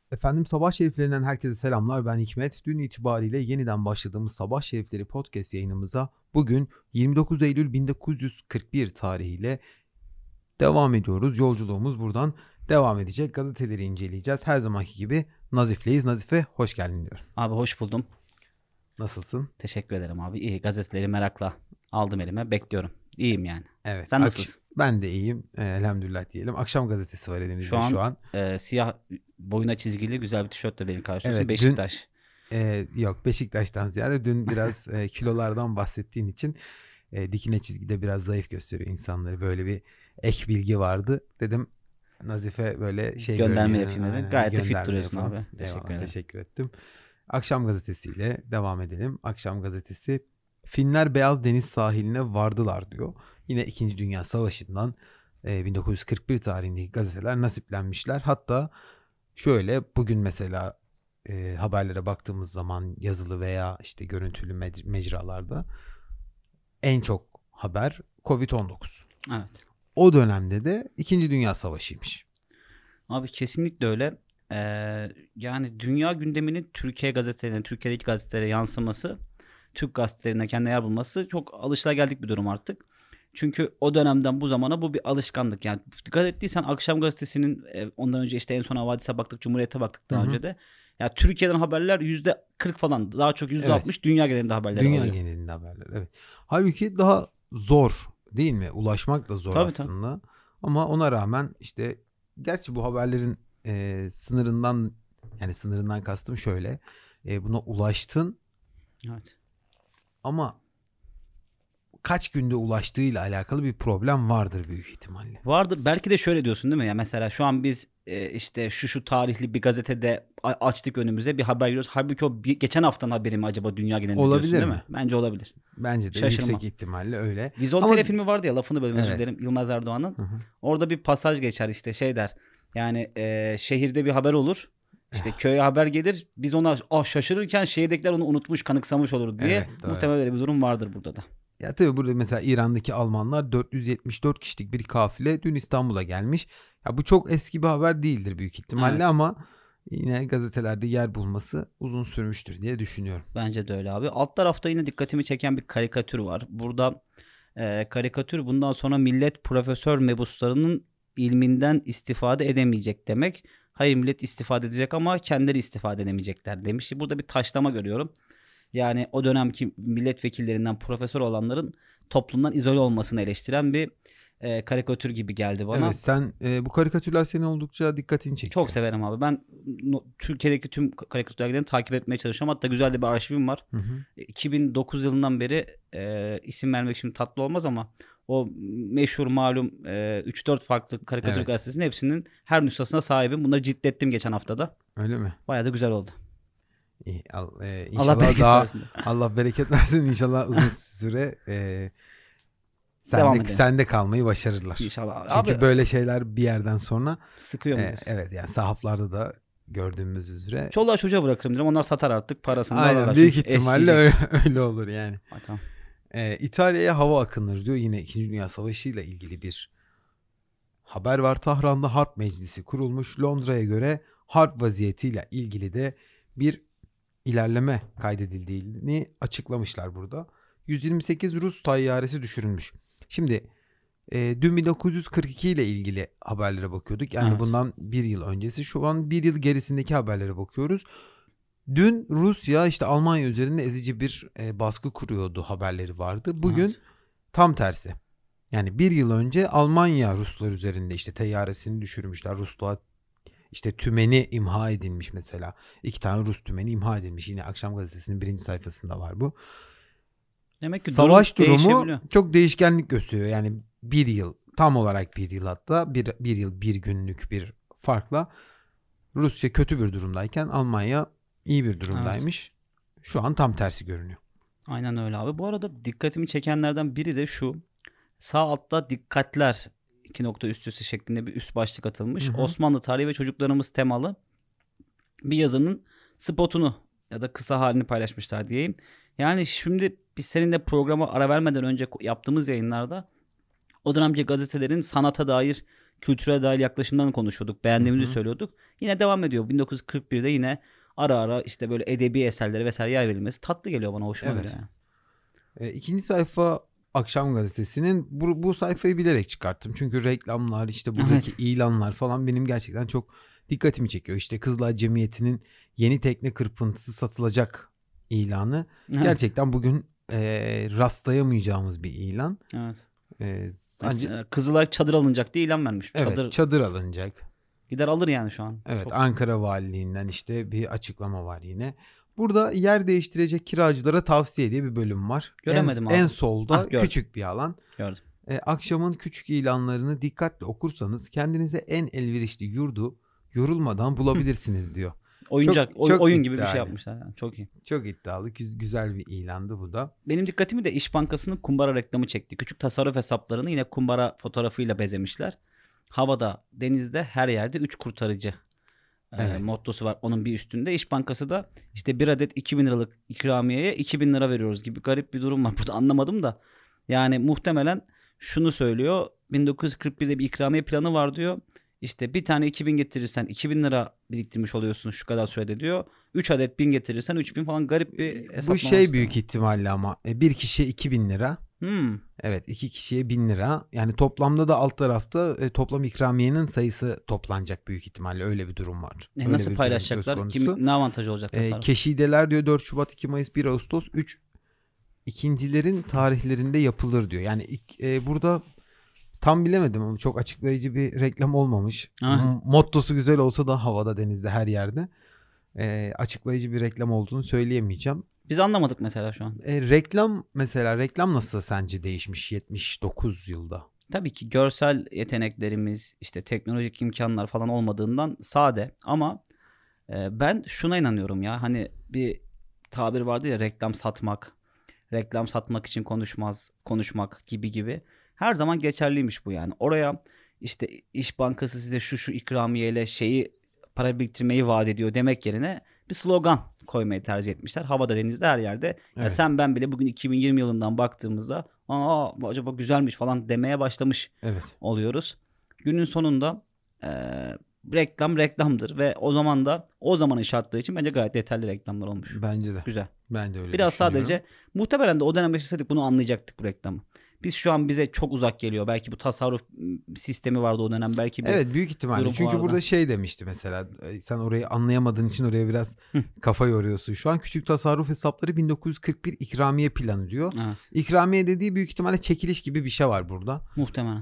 Efendim sabah şeriflerinden herkese selamlar. Ben Hikmet. Dün itibariyle yeniden başladığımız Sabah Şerifleri podcast yayınımıza bugün 29 Eylül 1941 tarihiyle devam ediyoruz. Yolculuğumuz buradan devam edecek. Gazeteleri inceleyeceğiz. Her zamanki gibi Nazif'leyiz. Nazife hoş geldin diyorum. Abi hoş buldum. Nasılsın? Teşekkür ederim abi. İyi, gazeteleri merakla aldım elime. Bekliyorum. İyiyim yani. Evet. Sen nasılsın? Ben de iyiyim. Elhamdülillah diyelim. Akşam gazetesi var elimizde şu an. Siyah boyuna çizgili güzel bir tişörtle beni karşılıyorsun. Evet, Beşiktaş. Yok Beşiktaş'tan ziyade dün biraz kilolardan bahsettiğin için dikine çizgide biraz zayıf gösteriyor insanları. Böyle bir ek bilgi vardı. Dedim Nazife böyle şey Gönderme görünüyor. yapayım dedim. Aynen, Gayet de fit gönderme duruyorsun yapalım. abi. Teşekkür Eyvallah, ederim. teşekkür ettim. Akşam gazetesiyle devam edelim. Akşam gazetesi Finler Beyaz Deniz sahiline vardılar diyor. Yine 2. Dünya Savaşı'ndan 1941 tarihindeki gazeteler nasiplenmişler. Hatta şöyle bugün mesela haberlere baktığımız zaman yazılı veya işte görüntülü mecralarda en çok haber Covid-19. Evet. O dönemde de 2. Dünya Savaşı'ymış. Abi kesinlikle öyle. Yani dünya gündeminin Türkiye'deki gazetelere yansıması, Türk gazetelerine kendine yer bulması çok alışılageldik bir durum artık. Çünkü o dönemden bu zamana bu bir alışkanlık. Yani dikkat ettiysen Akşam Gazetesi'nin ondan önce işte En Son Havadis'e baktık, Cumhuriyet'e baktık daha önce de. Ya Türkiye'den haberler %40 falan, daha çok %60 dünya genelinde haberler alıyor. Dünya genelinde haberler, evet. Halbuki daha zor değil mi? Ulaşmak da zor aslında. Tabii. Ama ona rağmen işte gerçi bu haberlerin sınırından kastım şöyle. Buna ulaştın. Evet. Ama kaç günde ulaştığıyla alakalı bir problem vardır büyük ihtimalle. Vardır. Belki de şöyle diyorsun değil mi? Ya mesela şu an biz işte şu tarihli bir gazetede açtık önümüze bir haber görüyoruz. Halbuki o geçen haftanın haberi mi acaba dünya genelinde olabilir diyorsun mi? değil mi? Bence olabilir. Bence de Şaşırmam. yüksek ihtimalle öyle. Vizontele filmi vardı ya, lafını bölüm özür Evet. dilerim, Yılmaz Erdoğan'ın. Hı hı. Orada bir pasaj geçer işte şey der. Yani şehirde bir haber olur. İşte köye haber gelir. Biz ona şaşırırken şehirdekiler onu unutmuş, kanıksamış olur diye. Evet, muhtemelen öyle bir durum vardır burada da. Ya tabii burada mesela İran'daki Almanlar 474 kişilik bir kafile dün İstanbul'a gelmiş. Ya bu çok eski bir haber değildir büyük ihtimalle, evet. Ama yine gazetelerde yer bulması uzun sürmüştür diye düşünüyorum. Bence de öyle abi. Alt tarafta yine dikkatimi çeken bir karikatür var. Burada karikatür bundan sonra millet profesör mebuslarının ilminden istifade edemeyecek demek. Hayır, millet istifade edecek ama kendileri istifade edemeyecekler demiş. Burada bir taşlama görüyorum. Yani o dönemki milletvekillerinden profesör olanların toplumdan izole olmasını eleştiren bir karikatür gibi geldi bana. Evet, sen bu karikatürler senin oldukça dikkatini çekiyor. Çok severim abi. Ben Türkiye'deki tüm karikatür dergilerini takip etmeye çalışıyorum. Hatta güzel de bir arşivim var. Hı hı. 2009 yılından beri isim vermek şimdi tatlı olmaz ama o meşhur malum 3-4 farklı karikatür gazetesinin hepsinin her nüshasına sahibim. Bunları ciltlettim geçen haftada. Öyle mi? Bayağı da güzel oldu. İnşallah Allah bereket versin. Allah bereket versin. İnşallah uzun süre sende kalmayı başarırlar. İnşallah. Çünkü abi, böyle şeyler bir yerden sonra sıkıyor mu? Evet, yani sahaflarda da gördüğümüz üzere. Çoluğa çocuğa bırakırım dedim. Onlar satar artık, parasını Aynen, alırlar. büyük ihtimalle öyle olur yani. Bakalım. İtalya'ya hava akınları diyor. Yine 2. Dünya Savaşı ile ilgili bir haber var. Tahran'da harp meclisi kurulmuş. Londra'ya göre harp vaziyetiyle ilgili de bir ilerleme kaydedildiğini açıklamışlar burada. 128 Rus tayyaresi düşürülmüş. Şimdi dün 1942 ile ilgili haberlere bakıyorduk. Yani bundan bir yıl öncesi. Şu an bir yıl gerisindeki haberlere bakıyoruz. Dün Rusya işte Almanya üzerinde ezici bir baskı kuruyordu haberleri vardı. Bugün tam tersi. Yani bir yıl önce Almanya Ruslar üzerinde işte teyyaresini düşürmüşler. Rusluğa işte tümeni imha edilmiş mesela. 2 tane Rus tümeni imha edilmiş. Yine Akşam Gazetesi'nin 1. sayfasında var bu. Demek ki savaş durumu çok değişkenlik gösteriyor. Yani bir yıl, tam olarak bir yıl, hatta bir yıl bir günlük bir farkla Rusya kötü bir durumdayken Almanya iyi bir durumdaymış. Evet. Şu an tam tersi görünüyor. Aynen öyle abi. Bu arada dikkatimi çekenlerden biri de şu. Sağ altta dikkatler 2 nokta üst üste şeklinde bir üst başlık atılmış. Hı hı. Osmanlı tarihi ve çocuklarımız temalı bir yazının spotunu ya da kısa halini paylaşmışlar diyeyim. Yani şimdi biz seninle programa ara vermeden önce yaptığımız yayınlarda o dönemki gazetelerin sanata dair kültüre dair yaklaşımdan konuşuyorduk. Beğendiğimizi Hı hı. söylüyorduk. Yine devam ediyor. 1941'de yine ara ara işte böyle edebi eserlere vesaire yer verilmesi tatlı geliyor bana. Hoşuma Evet. gidiyor yani. İkinci sayfa Akşam Gazetesi'nin bu sayfayı bilerek çıkarttım. Çünkü reklamlar, işte buradaki Evet. ilanlar falan benim gerçekten çok dikkatimi çekiyor. İşte Kızılay Cemiyeti'nin yeni tekne kırpıntısı satılacak ilanı. Evet. Gerçekten bugün rastlayamayacağımız bir ilan. Evet. Ancak Mesela Kızılay çadır alınacak diye ilan vermiş. evet, çadır alınacak. Gider alır yani şu an. Evet, Çok... Ankara Valiliğinden işte bir açıklama var yine. Burada yer değiştirecek kiracılara tavsiye diye bir bölüm var. Göremedim En abi. solda Gördüm. küçük bir alan. Gördüm. Akşamın küçük ilanlarını dikkatle okursanız kendinize en elverişli yurdu yorulmadan bulabilirsiniz diyor. Oyuncak, Çok oyun gibi bir iddialı. şey yapmışlar. Yani. Çok iyi. Çok iddialı, güzel bir ilandı bu da. Benim dikkatimi de İş Bankası'nın kumbara reklamı çekti. Küçük tasarruf hesaplarını yine kumbara fotoğrafıyla bezemişler. Havada, denizde, her yerde 3 kurtarıcı Evet. mottosu var. Onun bir üstünde. İş Bankası da işte bir adet 2000 liralık ikramiyeye 2000 lira veriyoruz gibi garip bir durum var. Burada anlamadım da. Yani muhtemelen şunu söylüyor. 1941'de bir ikramiye planı var diyor. İşte bir tane 2000 getirirsen 2000 lira biriktirmiş oluyorsun şu kadar sürede diyor. 3 adet 1000 getirirsen 3000 falan, garip bir hesaplama. Bu büyük ihtimalle ama bir kişiye 2000 lira. Evet, 2 kişiye 1000 lira. Yani toplamda da alt tarafta toplam ikramiyenin sayısı toplanacak büyük ihtimalle. Öyle bir durum var. Öyle Nasıl bir durum paylaşacaklar? söz konusu. Ne avantajı olacak tasarruf? Keşideler diyor 4 Şubat, 2 Mayıs, 1 Ağustos, 3 ikincilerin tarihlerinde yapılır diyor. Yani burada tam bilemedim ama çok açıklayıcı bir reklam olmamış. Evet. Mottosu güzel olsa da havada, denizde, her yerde açıklayıcı bir reklam olduğunu söyleyemeyeceğim. Biz anlamadık mesela şu an. Reklam nasıl sence değişmiş 79 yılda? Tabii ki görsel yeteneklerimiz, işte teknolojik imkanlar falan olmadığından sade, ama ben şuna inanıyorum ya, hani bir tabir vardı ya, reklam satmak için konuşmak gibi her zaman geçerliymiş bu yani. Oraya işte İş Bankası size şu ikramiyeyle para biriktirmeyi vaat ediyor demek yerine bir slogan koymayı tercih etmişler. Havada, denizde, her yerde. Evet. Ya sen ben bile bugün 2020 yılından baktığımızda acaba güzelmiş falan demeye başlamış oluyoruz. Günün sonunda reklam reklamdır ve o zamanın şartları için bence gayet yeterli reklamlar olmuş. Bence de. Güzel. Ben de öyle biraz düşünüyorum. Sadece muhtemelen de o dönem yaşasaydık bunu anlayacaktık, bu reklamı. Biz şu an bize çok uzak geliyor. Belki bu tasarruf sistemi vardı o dönem. Belki evet, büyük ihtimalle. Çünkü vardı. burada demişti mesela. Sen orayı anlayamadığın için oraya biraz kafa yoruyorsun. Şu an küçük tasarruf hesapları 1941 ikramiye planı diyor. Evet. İkramiye dediği büyük ihtimalle çekiliş gibi bir şey var burada. Muhtemelen.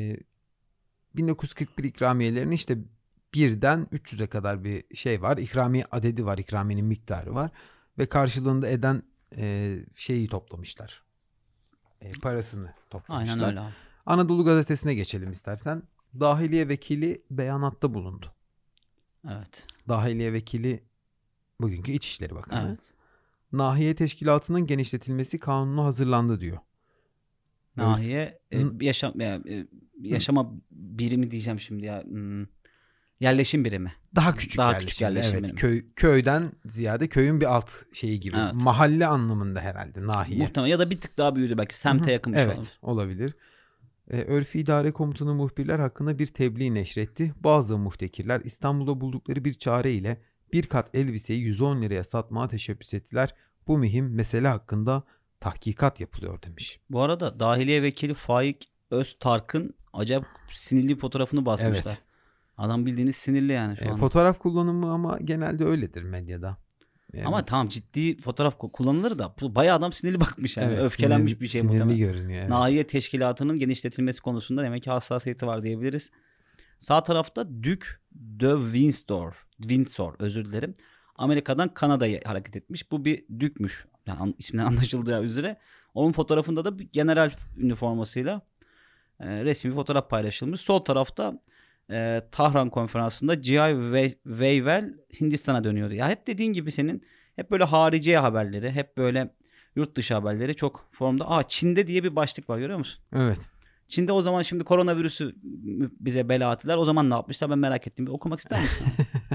1941 ikramiyelerini işte 1'den 300'e kadar bir şey var. İkramiye adedi var. İkramiyenin miktarı var. Ve karşılığında eden şeyi toplamışlar. Parasını toplamışlar. Aynen öyle abi. Anadolu Gazetesi'ne geçelim istersen. Dahiliye Vekili beyanatta bulundu. Evet. Dahiliye Vekili bugünkü İçişleri Bakanı. Evet. Nahiye Teşkilatı'nın genişletilmesi kanunu hazırlandı diyor. Nahiye yaşama birimi diyeceğim şimdi ya. Yerleşim birimi. Daha küçük yerleşim birimi. Köyden ziyade köyün bir alt şeyi gibi. Evet. Mahalle anlamında herhalde nahiye. Muhtemelen, ya da bir tık daha büyüdü belki. Semte yakın bir şey Evet, olabilir. Örfi İdare Komutanı muhbirler hakkında bir tebliğ neşretti. Bazı muhtekirler İstanbul'da buldukları bir çare ile bir kat elbiseyi 110 liraya satmaya teşebbüs ettiler. Bu mühim mesele hakkında tahkikat yapılıyor demiş. Bu arada Dahiliye Vekili Faik Öztark'ın acayip sinirli bir fotoğrafını basmışlar. Evet. Adam bildiğiniz sinirli yani şu an. Fotoğraf kullanımı ama genelde öyledir medyada. Ama tamam, ciddi fotoğraf kullanılır da bayağı adam sinirli bakmış yani. Evet, öfkelenmiş bir şey sinirli muhtemelen. görünüyor. Evet. Nahiye Teşkilatı'nın genişletilmesi konusunda demek ki hassasiyeti var diyebiliriz. Sağ tarafta Duke de Windsor, özür dilerim. Amerika'dan Kanada'ya hareket etmiş. Bu bir dükmüş. Yani isminden anlaşılacağı üzere. Onun fotoğrafında da bir general üniformasıyla resmi bir fotoğraf paylaşılmış. Sol tarafta Tahran konferansında G.I. Wavell Hindistan'a dönüyordu. Ya hep dediğin gibi senin hep böyle hariciye haberleri, hep böyle yurt dışı haberleri çok formda. Çin'de diye bir başlık var, görüyor musun? Evet. Çin'de o zaman şimdi koronavirüsü bize bela attılar. O zaman ne yapmışlar, ben merak ettim. Bir okumak ister misin?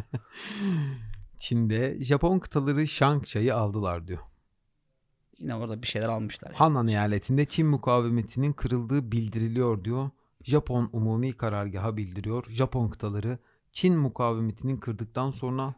Çin'de Japon kıtaları Şangçay'ı aldılar diyor. Yine orada bir şeyler almışlar. Yani. Hanan eyaletinde Çin mukavemetinin kırıldığı bildiriliyor diyor. Japon Umumi Karargahı bildiriyor. Japon kıtaları Çin mukavemetini kırdıktan sonra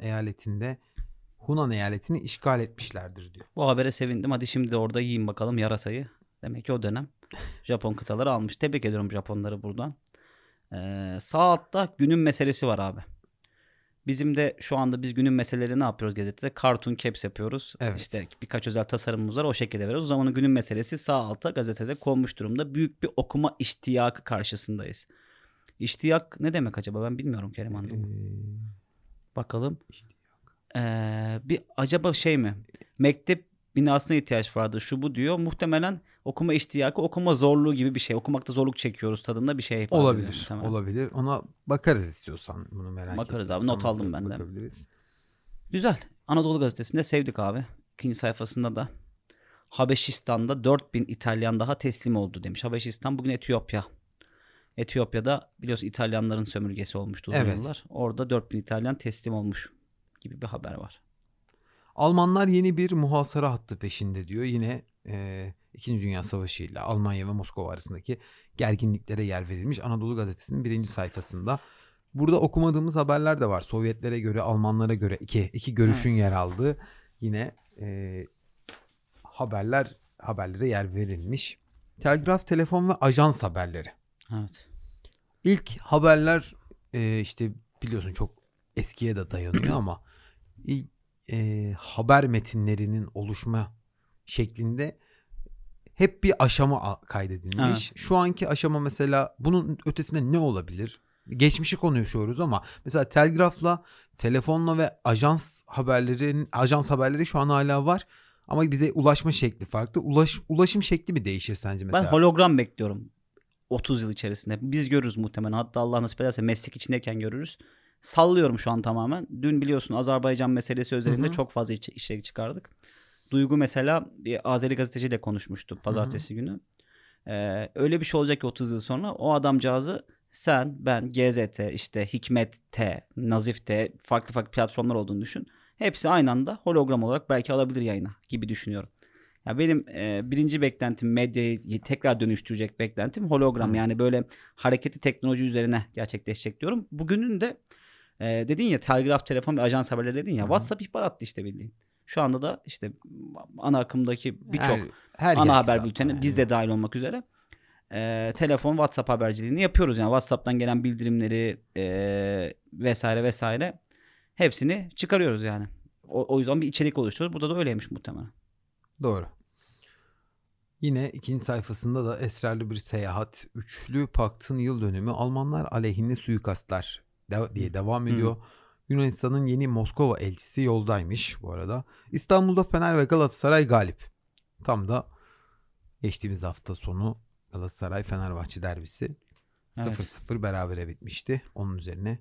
Hunan eyaletini işgal etmişlerdir diyor. Bu habere sevindim. Hadi şimdi de orada yiyin bakalım yarasayı. Demek ki o dönem Japon kıtaları almış. Tebrik ediyorum Japonları buradan. Sağ altta günün meselesi var abi. Bizim de şu anda biz günün meseleleri ne yapıyoruz gazetede? Cartoon caps yapıyoruz. Evet. İşte birkaç özel tasarımımız var. O şekilde veriyoruz. O zaman günün meselesi sağ alta gazetede konmuş durumda. Büyük bir okuma iştiyakı karşısındayız. İştiyak ne demek acaba? Ben bilmiyorum kelime anlamı. Bakalım. Bir acaba şey mi? Mektep binasına ihtiyaç vardır. Şu bu diyor. Muhtemelen okuma iştiyakı, okuma zorluğu gibi bir şey. Okumakta zorluk çekiyoruz tadında bir şey. Olabilir. Olabilir. Ona bakarız istiyorsan. Bunu merak bakarız abi. Not aldım ben de. Bakabiliriz. Güzel. Anadolu Gazetesi'nde sevdik abi. İkinci sayfasında da Habeşistan'da 4000 İtalyan daha teslim oldu demiş. Habeşistan bugün Etiyopya. Etiyopya'da biliyorsun İtalyanların sömürgesi olmuştu uzun yıllar. Orada 4000 İtalyan teslim olmuş gibi bir haber var. Almanlar yeni bir muhasara hattı peşinde diyor. Yine 2. Dünya Savaşı ile Almanya ve Moskova arasındaki gerginliklere yer verilmiş Anadolu Gazetesi'nin 1. sayfasında. Burada okumadığımız haberler de var. Sovyetlere göre, Almanlara göre iki görüşün yer aldığı yine haberlere yer verilmiş. Telgraf, telefon ve ajans haberleri. Evet. İlk haberler işte biliyorsun çok eskiye de dayanıyor ama ilk haber metinlerinin oluşma şeklinde hep bir aşama kaydedilmiş. Evet. Şu anki aşama mesela bunun ötesinde ne olabilir? Geçmişi konuşuyoruz ama mesela telgrafla, telefonla ve ajans haberleri şu an hala var. Ama bize ulaşma şekli farklı. Ulaşım şekli mi değişir sence mesela? Ben hologram bekliyorum 30 yıl içerisinde. Biz görürüz muhtemelen. Hatta Allah nasip ederse meslek içindeyken görürüz. Sallıyorum şu an tamamen. Dün biliyorsun Azerbaycan meselesi özelinde çok fazla işe çıkardık. Duygu mesela bir Azeri gazeteciyle konuşmuştu pazartesi günü. Öyle bir şey olacak ki 30 yıl sonra o adamcağızı sen, ben, GZT, işte Hikmet T, Nazif T farklı platformlar olduğunu düşün. Hepsi aynı anda hologram olarak belki alabilir yayına gibi düşünüyorum. Ya benim birinci beklentim medyayı tekrar dönüştürecek beklentim hologram. Yani böyle hareketli teknoloji üzerine gerçekleşecek diyorum. Bugünün de dedin ya telgraf, telefon ve ajans haberleri dedin ya. WhatsApp ihbar attı işte bildiğin. Şu anda da işte ana akımdaki birçok ana haber bülteni biz de dahil olmak üzere telefon, WhatsApp haberciliğini yapıyoruz. Yani WhatsApp'tan gelen bildirimleri vesaire vesaire hepsini çıkarıyoruz yani. O yüzden bir içerik oluşturuyoruz. Burada da öyleymiş muhtemelen. Doğru. Yine ikinci sayfasında da esrarlı bir seyahat, üçlü paktın yıl dönümü, Almanlar aleyhine suikastlar diye devam ediyor. Yunanistan'ın yeni Moskova elçisi yoldaymış bu arada. İstanbul'da Fener ve Galatasaray galip. Tam da geçtiğimiz hafta sonu Galatasaray-Fenerbahçe derbisi 0-0 berabere bitmişti. Onun üzerine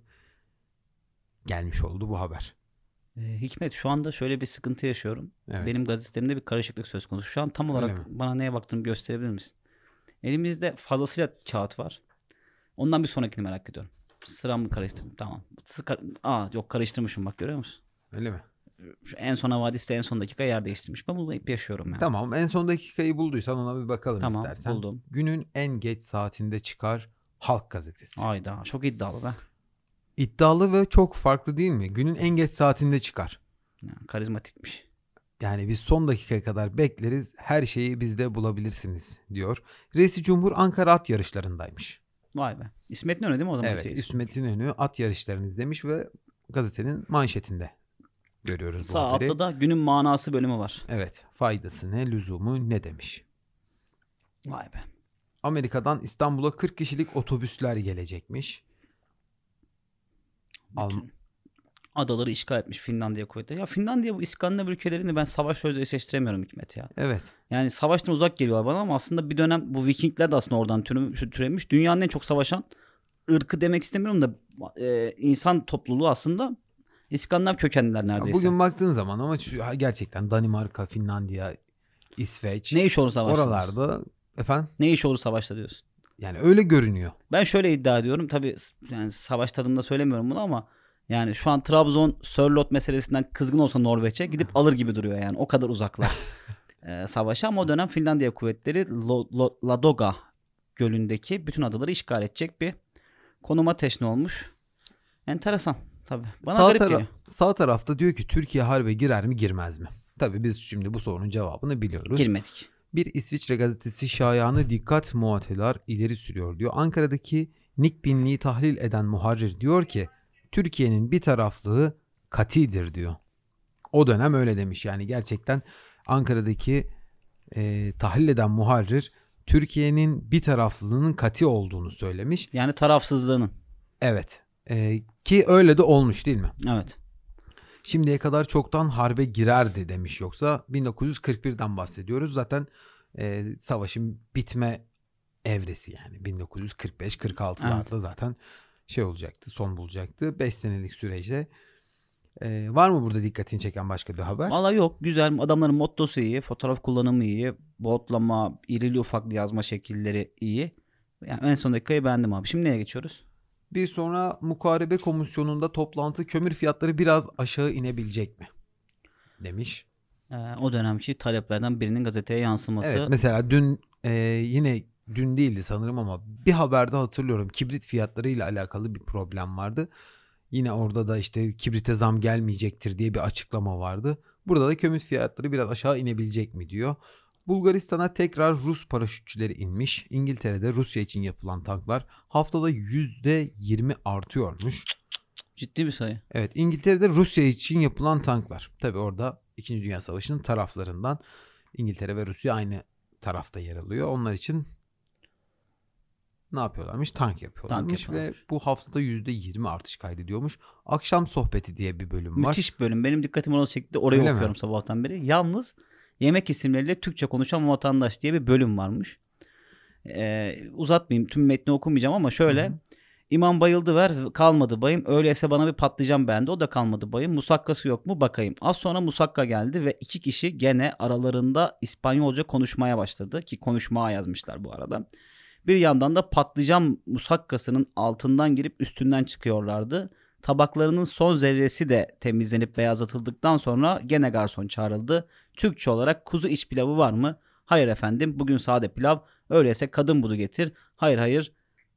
gelmiş oldu bu haber. Hikmet şu anda şöyle bir sıkıntı yaşıyorum. Evet. Benim gazetemde bir karışıklık söz konusu. Şu an tam olarak bana neye baktığımı gösterebilir misin? Elimizde fazlasıyla kağıt var. Ondan bir sonrakini merak ediyorum. Sıramı karıştırdım. Tamam. Yok karıştırmışım bak görüyor musun? Öyle mi? Şu en son havadiste en son dakika yer değiştirmiş. Ben bunu hep yaşıyorum yani. Tamam en son dakikayı bulduysan ona bir bakalım istersen. Tamam buldum. Günün en geç saatinde çıkar Halk Gazetesi. Hayda çok iddialı be. İddialı ve çok farklı değil mi? Günün en geç saatinde çıkar. Ya, karizmatikmiş. Yani biz son dakikaya kadar bekleriz. Her şeyi bizde bulabilirsiniz diyor. Reis-i Cumhur Ankara at yarışlarındaymış. Vay be. İsmet İnönü değil mi o zaman? Evet İsmet İnönü at yarışlarını izlemiş ve gazetenin manşetinde görüyoruz bu haberi. Sağ altta da günün manası bölümü var. Evet. Faydası ne, lüzumu ne demiş. Vay be. Amerika'dan İstanbul'a 40 kişilik otobüsler gelecekmiş. Adaları işgal etmiş Finlandiya kuvvetleri. Ya Finlandiya bu İskandinav ülkelerini ben savaşla özdeşleştiremiyorum Hikmet ya. Evet. Yani savaştan uzak geliyorlar bana ama aslında bir dönem bu Vikingler de aslında oradan türemiş. Dünyanın en çok savaşan ırkı demek istemiyorum da insan topluluğu aslında İskandinav kökenliler neredeyse. Bugün baktığın zaman ama gerçekten Danimarka, Finlandiya, İsveç. Ne iş olur savaşta? Oralarda efendim? Ne iş olur savaşta diyorsun? Yani öyle görünüyor. Ben şöyle iddia ediyorum. Tabii yani savaş tadında söylemiyorum bunu ama yani şu an Trabzon Sörloth meselesinden kızgın olsa Norveç'e gidip alır gibi duruyor yani. O kadar uzaklar savaşa ama o dönem Finlandiya kuvvetleri Ladoga Gölü'ndeki bütün adaları işgal edecek bir konuma teşne olmuş. Enteresan tabii. Bana garip geliyor. Sağ tarafta diyor ki Türkiye harbe girer mi girmez mi? Tabii biz şimdi bu sorunun cevabını biliyoruz. Girmedik. Bir İsviçre gazetesi şayanı dikkat muhateler ileri sürüyor diyor. Ankara'daki nikbinliği tahlil eden muharrir diyor ki Türkiye'nin bir taraflığı katidir diyor. O dönem öyle demiş. Yani gerçekten Ankara'daki tahlil eden muharrir Türkiye'nin bir taraflılığının kati olduğunu söylemiş. Yani tarafsızlığının. Evet. Ki öyle de olmuş değil mi? Evet. Şimdiye kadar çoktan harbe girerdi demiş, yoksa 1941'den bahsediyoruz. Zaten savaşın bitme evresi yani 1945-46'larda zaten şey olacaktı, son bulacaktı. 5 senelik süreçte. Var mı burada dikkatini çeken başka bir haber? Valla yok. Güzel. Adamların mottosu iyi. Fotoğraf kullanımı iyi. Boldlama, irili ufaklı yazma şekilleri iyi. Yani en son dakikayı beğendim abi. Şimdi neye geçiyoruz? Bir sonra mukarebe komisyonunda toplantı, kömür fiyatları biraz aşağı inebilecek mi? Demiş. O dönemki taleplerden birinin gazeteye yansıması. Evet, mesela dün yine dün değildi sanırım ama bir haberde hatırlıyorum, kibrit fiyatları ile alakalı bir problem vardı. Yine orada da işte kibrite zam gelmeyecektir diye bir açıklama vardı. Burada da kömür fiyatları biraz aşağı inebilecek mi diyor. Bulgaristan'a tekrar Rus paraşütçüleri inmiş. İngiltere'de Rusya için yapılan tanklar haftada %20 artıyormuş. Ciddi bir sayı. Evet, İngiltere'de Rusya için yapılan tanklar. Tabii orada 2. Dünya Savaşı'nın taraflarından İngiltere ve Rusya aynı tarafta yer alıyor. Onlar için ne yapıyorlarmış? Tank yapıyorlarmış ve bu haftada %20 artış kaydediyormuş. Akşam sohbeti diye bir bölüm var. Müthiş bölüm. Benim dikkatimi ona çekti. Orayı Öyle okuyorum mi? sabahtan beri. Yalnız yemek isimleriyle Türkçe konuşan vatandaş diye bir bölüm varmış. Uzatmayayım. Tüm metni okumayacağım ama şöyle. Hı-hı. İmam bayıldı ver kalmadı bayım. Öyleyse bana bir patlıcan beğendi. O da kalmadı bayım. Musakkası yok mu bakayım. Az sonra musakka geldi ve 2 kişi gene aralarında İspanyolca konuşmaya başladı. Ki konuşmaya yazmışlar bu arada. Bir yandan da patlıcan musakkasının altından girip üstünden çıkıyorlardı. Tabaklarının son zerresi de temizlenip beyazlatıldıktan sonra gene garson çağrıldı. Türkçe olarak kuzu iç pilavı var mı? Hayır efendim, bugün sade pilav. Öyleyse kadın budu getir. Hayır hayır.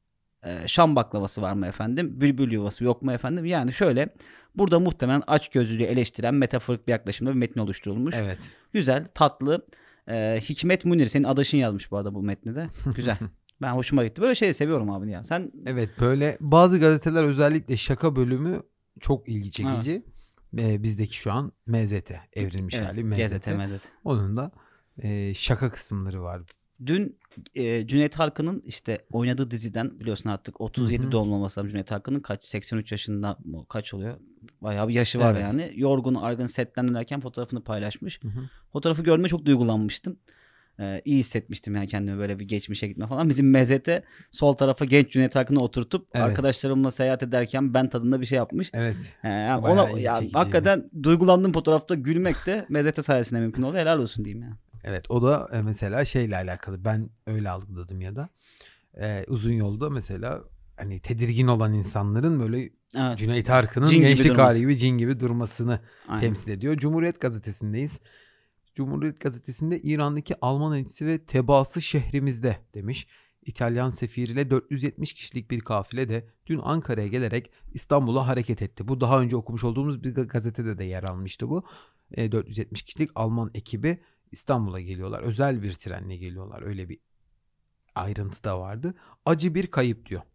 Şam baklavası var mı efendim? Bülbül yuvası yok mu efendim? Yani şöyle, burada muhtemelen açgözlülüğü eleştiren metaforik bir yaklaşımda bir metin oluşturulmuş. Evet. Güzel, tatlı. Hikmet Münir, senin adaşın yazmış bu arada bu metni de. Güzel. Ben hoşuma gitti. Böyle şeyi seviyorum abi ya. Sen Evet, böyle bazı gazeteler özellikle şaka bölümü çok ilgi çekici. Bizdeki şu an MZT, evrilmiş hali MZT. GZT. Onun da şaka kısımları var. Dün Cüneyt Arkın'ın işte oynadığı diziden, biliyorsun artık 37 doğumlu olması lazım Cüneyt Arkın'ın, kaç 83 yaşında mı, kaç oluyor? Bayağı bir yaşı var Evet. yani. Yorgun argın setten dönerken fotoğrafını paylaşmış. Hı-hı. Fotoğrafı gördüğümde çok duygulanmıştım. İyi hissetmiştim yani kendimi, böyle bir geçmişe gitme falan. Bizim MZT sol tarafa genç Cüneyt Arkın'ı oturtup arkadaşlarımla seyahat ederken ben tadında bir şey yapmış. Evet. Yani ona yani hakikaten duygulandım fotoğrafta, gülmek de MZT sayesinde mümkün oldu. Helal olsun diyeyim yani. Evet, o da mesela şeyle alakalı, ben öyle algıladım ya da uzun yolda mesela hani tedirgin olan insanların böyle Cüneyt Arkın'ın gençlik hali gibi cin gibi durmasını temsil ediyor. Cumhuriyet Gazetesi'ndeyiz. Cumhuriyet Gazetesi'nde İran'daki Alman elçisi ve tebaası şehrimizde demiş. İtalyan sefiriyle 470 kişilik bir kafile de dün Ankara'ya gelerek İstanbul'a hareket etti. Bu daha önce okumuş olduğumuz bir gazetede de yer almıştı bu. 470 kişilik Alman ekibi İstanbul'a geliyorlar. Özel bir trenle geliyorlar. Öyle bir ayrıntı da vardı. Acı bir kayıp diyor.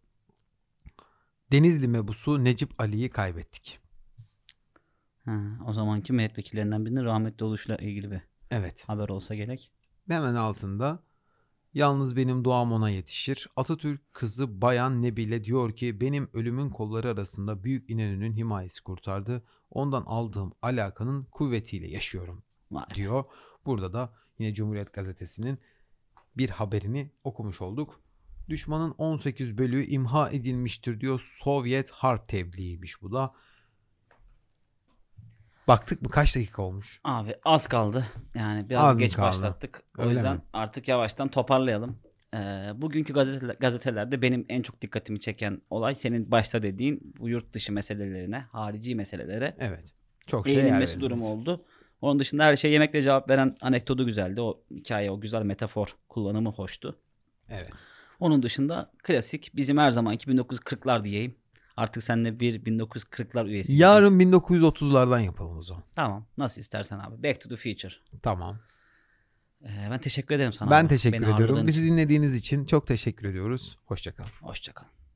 Denizli mebusu Necip Ali'yi kaybettik. O zamanki milletvekillerinden birinin rahmetli oluşuyla ilgili bir haber olsa gerek. Hemen altında yalnız benim duam ona yetişir. Atatürk kızı Bayan Nebile diyor ki benim ölümün kolları arasında Büyük İnönü'nün himayesi kurtardı. Ondan aldığım alakanın kuvvetiyle yaşıyorum diyor. Burada da yine Cumhuriyet Gazetesi'nin bir haberini okumuş olduk. Düşmanın 18 bölüğü imha edilmiştir diyor. Sovyet harp tebliğiymiş bu da. Baktık mı kaç dakika olmuş? Abi az kaldı. Yani biraz geç başlattık. O yüzden artık yavaştan toparlayalım. Bugünkü gazetelerde benim en çok dikkatimi çeken olay senin başta dediğin bu yurt dışı meselelerine, harici meselelere çok eğilinmesi durumu oldu. Onun dışında her şey yemekle cevap veren anekdotu güzeldi. O hikaye, o güzel metafor kullanımı hoştu. Evet. Onun dışında klasik bizim her zamanki 1940'lar diyeyim. Artık seninle bir 1940'lar üyesi. Yarın 1930'lardan yapalım o zaman. Tamam. Nasıl istersen abi. Back to the Future. Tamam. Ben teşekkür ederim sana Ben abi. teşekkür Beni ediyorum. ağırladığın Bizi için. dinlediğiniz için çok teşekkür ediyoruz. Hoşça kalın. Hoşça kal.